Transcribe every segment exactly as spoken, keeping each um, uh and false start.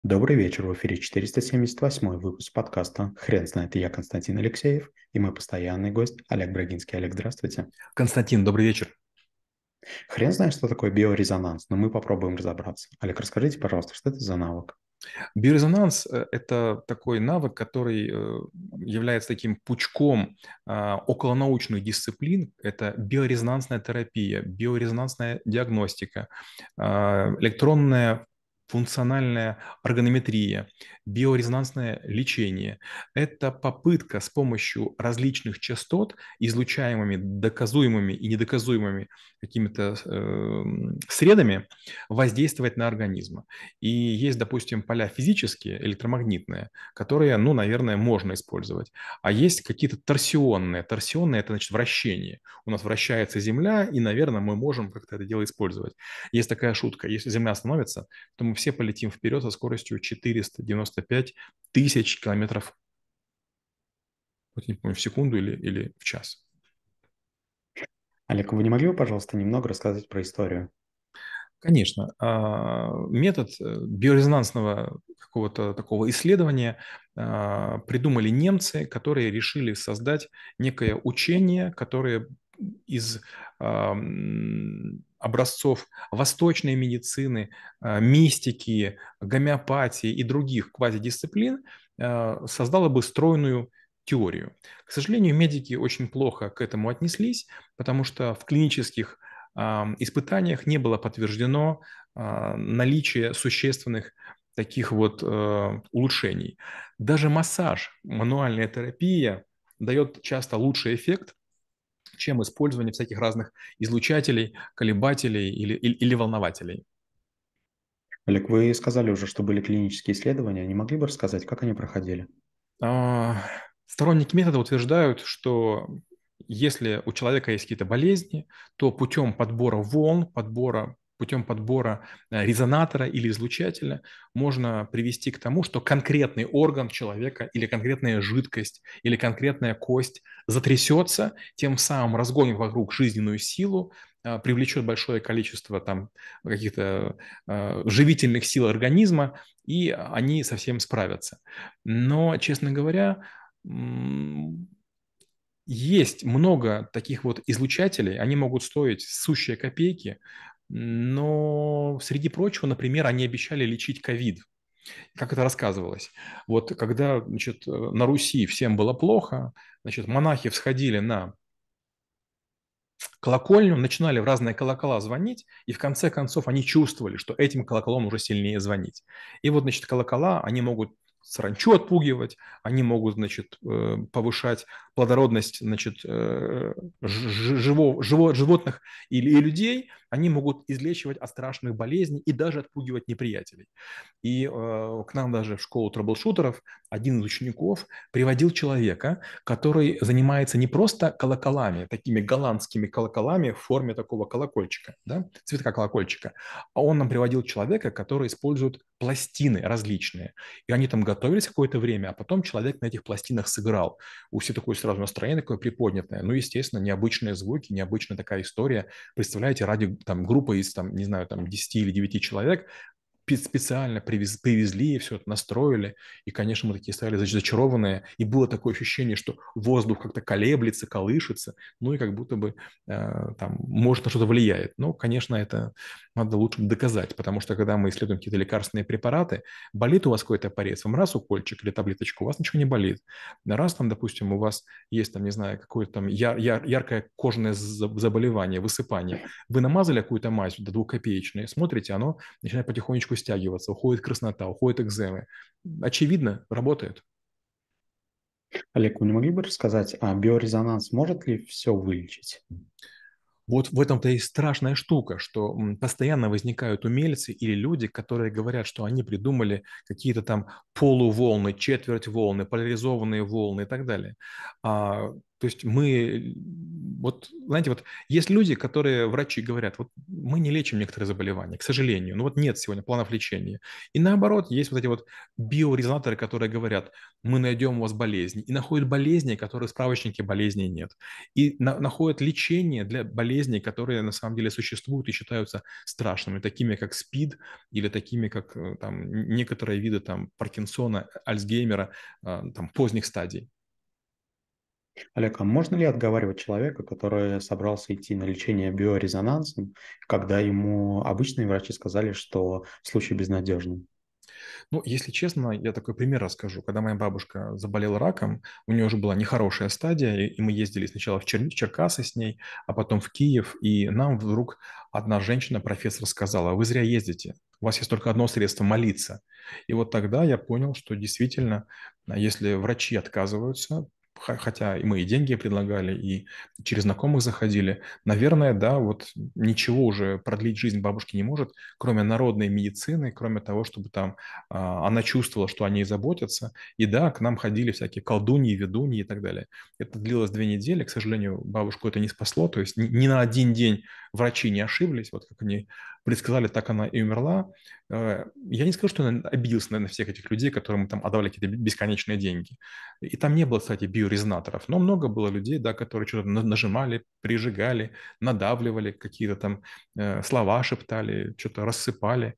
Добрый вечер, в эфире четыреста семьдесят восьмой выпуск подкаста «Хрен знает». И я Константин Алексеев и мой постоянный гость Олег Брагинский. Олег, здравствуйте. Константин, добрый вечер. Хрен знает, что такое биорезонанс, но мы попробуем разобраться. Олег, расскажите, пожалуйста, что это за навык? Биорезонанс– э, это такой навык, который э, является таким пучком а, околонаучных дисциплин. Это биорезонансная терапия, биорезонансная диагностика, а, электронная функциональная органометрия, биорезонансное лечение. Это попытка с помощью различных частот, излучаемыми, доказуемыми и недоказуемыми какими-то э, средами, воздействовать на организм. И есть, допустим, поля физические, электромагнитные, которые, ну, наверное, можно использовать. А есть какие-то торсионные. Торсионные– это, значит, вращение. У нас вращается Земля, и, наверное, мы можем как-то это дело использовать. Есть такая шутка. Если Земля остановится, то мы все полетим вперед со скоростью четыреста девяносто пять тысяч километров, вот не помню, в секунду или, или в час. Олег, вы не могли бы, пожалуйста, немного рассказать про историю? Конечно, а, метод э, биорезонансного какого-то такого исследования а, придумали немцы, которые решили создать некое учение, которое из а, м, образцов восточной медицины, а, мистики, гомеопатии и других квазидисциплин а, создало бы стройную теорию. К сожалению, медики очень плохо к этому отнеслись, потому что в клинических а, испытаниях не было подтверждено а, наличие существенных таких вот э, улучшений. Даже массаж, мануальная терапия дает часто лучший эффект, чем использование всяких разных излучателей, колебателей или, или, или волнователей. Олег, вы сказали уже, что были клинические исследования. Не могли бы рассказать, как они проходили? А, Сторонники метода утверждают, что если у человека есть какие-то болезни, то путем подбора волн, подбора, путем подбора э, резонатора или излучателя можно привести к тому, что конкретный орган человека или конкретная жидкость или конкретная кость затрясется, тем самым разгонит вокруг жизненную силу, э, привлечет большое количество там каких-то э, живительных сил организма, и они совсем справятся. Но, честно говоря, м, есть много таких вот излучателей, они могут стоить сущие копейки, но среди прочего, например, они обещали лечить ковид, как это рассказывалось. Вот когда, значит, э, на Руси всем было плохо, значит, монахи всходили на колокольню, начинали в разные колокола звонить, и в конце концов они чувствовали, что этим колоколом уже сильнее звонить. И вот, значит, колокола, они могут саранчу отпугивать, они могут, значит, э, повышать плодородность, значит, э, ж- живо- живо- животных или и людей, они могут излечивать от страшных болезней и даже отпугивать неприятелей. И э, к нам даже в школу трэблшутеров один из учеников приводил человека, который занимается не просто колоколами, такими голландскими колоколами в форме такого колокольчика, да, цветка колокольчика, а он нам приводил человека, который использует пластины различные. И они там готовились какое-то время, а потом человек на этих пластинах сыграл. У всех такое сразу настроение такое приподнятое. Ну, естественно, необычные звуки, необычная такая история. Представляете, ради там группы из, там, не знаю, там десяти или девяти человек специально привез, привезли, все это настроили. И, конечно, мы такие стали зачарованные. И было такое ощущение, что воздух как-то колеблется, колышется, ну и как будто бы э, там, может, на что-то влияет. Но, конечно, это надо лучше доказать, потому что, когда мы исследуем какие-то лекарственные препараты, болит у вас какой-то порез, вам раз укольчик или таблеточку, у вас ничего не болит. Раз там, допустим, у вас есть, там, не знаю, какое-то там яр- яр- яркое кожное заболевание, высыпание, вы намазали какую-то мазь, до двухкопеечную, смотрите, оно начинает потихонечку стягиваться, уходит краснота, уходит экземы. Очевидно, работает. Олег, вы не могли бы рассказать, а биорезонанс может ли все вылечить? Вот в этом-то и страшная штука, что м, постоянно возникают умельцы или люди, которые говорят, что они придумали какие-то там полуволны, четверть волны, поляризованные волны и так далее. А То есть мы, вот, знаете, вот есть люди, которые, врачи говорят, вот мы не лечим некоторые заболевания, к сожалению, ну вот нет сегодня планов лечения. И наоборот, есть вот эти вот биорезонаторы, которые говорят, мы найдем у вас болезни, и находят болезни, которые в справочнике болезней нет. И на- находят лечение для болезней, которые на самом деле существуют и считаются страшными, такими как СПИД или такими как э, там некоторые виды там Паркинсона, Альцгеймера, э, там поздних стадий. Олег, а можно ли отговаривать человека, который собрался идти на лечение биорезонансом, когда ему обычные врачи сказали, что случай безнадежный? Ну, если честно, я такой пример расскажу. Когда моя бабушка заболела раком, у нее уже была нехорошая стадия, и и мы ездили сначала в Чер- Черкасы с ней, а потом в Киев, и нам вдруг одна женщина, профессор, сказала: вы зря ездите, у вас есть только одно средство — молиться. И вот тогда я понял, что действительно, а, если врачи отказываются, х- хотя и мы и деньги предлагали, и через знакомых заходили, наверное, да, вот ничего уже продлить жизнь бабушки не может, кроме народной медицины, кроме того, чтобы там а, она чувствовала, что о ней заботятся. И да, к нам ходили всякие колдуньи, ведуньи и так далее. Это длилось две недели. К сожалению, бабушку это не спасло. То есть ни, ни на один день врачи не ошиблись. Вот как они предсказали, так она и умерла. Э, Я не скажу, что она обиделась на на всех этих людей, которым там отдавали какие-то бесконечные деньги. И там не было, кстати, биорезонаторов, но много было людей, да, которые что-то на- нажимали, прижигали, надавливали, какие-то там э, слова шептали, что-то рассыпали.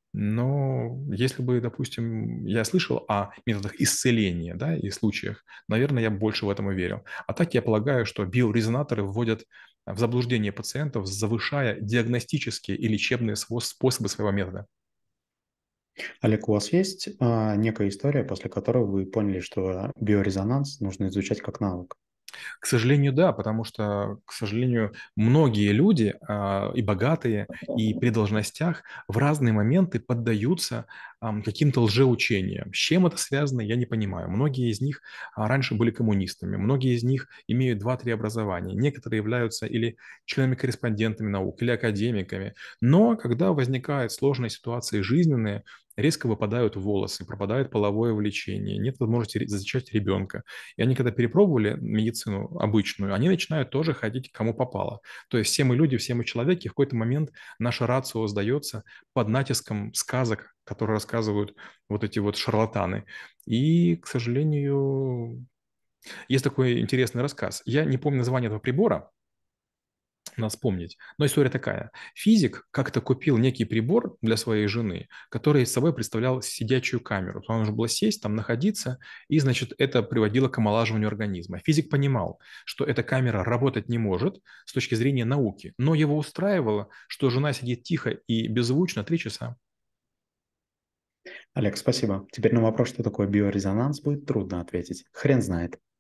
Но если бы, допустим, я слышал о методах исцеления, да, и случаях, наверное, я больше в этом и верил. А так я полагаю, что биорезонаторы вводят в заблуждение пациентов, завышая диагностические и лечебные сво- способы своего метода. Олег, у вас есть а, некая история, после которой вы поняли, что биорезонанс нужно изучать как навык? К сожалению, да, потому что, к сожалению, многие люди, а, и богатые, и при должностях в разные моменты поддаются ам, каким-то лжеучениям. С чем это связано, я не понимаю. Многие из них а, раньше были коммунистами, многие из них имеют два-три образования, некоторые являются или членами-корреспондентами наук, или академиками. Но когда возникают сложные ситуации жизненные, резко выпадают волосы, пропадает половое влечение, нет возможности ре- зачать ребенка. И они, когда перепробовали медицину обычную, они начинают тоже ходить кому попало. То есть все мы люди, все мы человеки, в какой-то момент наша рацио сдается под натиском сказок, которые рассказывают вот эти вот шарлатаны. И, к сожалению, есть такой интересный рассказ. Я не помню название этого прибора, надо вспомнить. Но история такая. Физик как-то купил некий прибор для своей жены, который из собой представлял сидячую камеру. Вам нужно было сесть, там находиться, и, значит, это приводило к омолаживанию организма. Физик понимал, что эта камера работать не может с точки зрения науки, но его устраивало, что жена сидит тихо и беззвучно три часа. Олег, спасибо. Теперь на вопрос, что такое биорезонанс, будет трудно ответить. Хрен знает.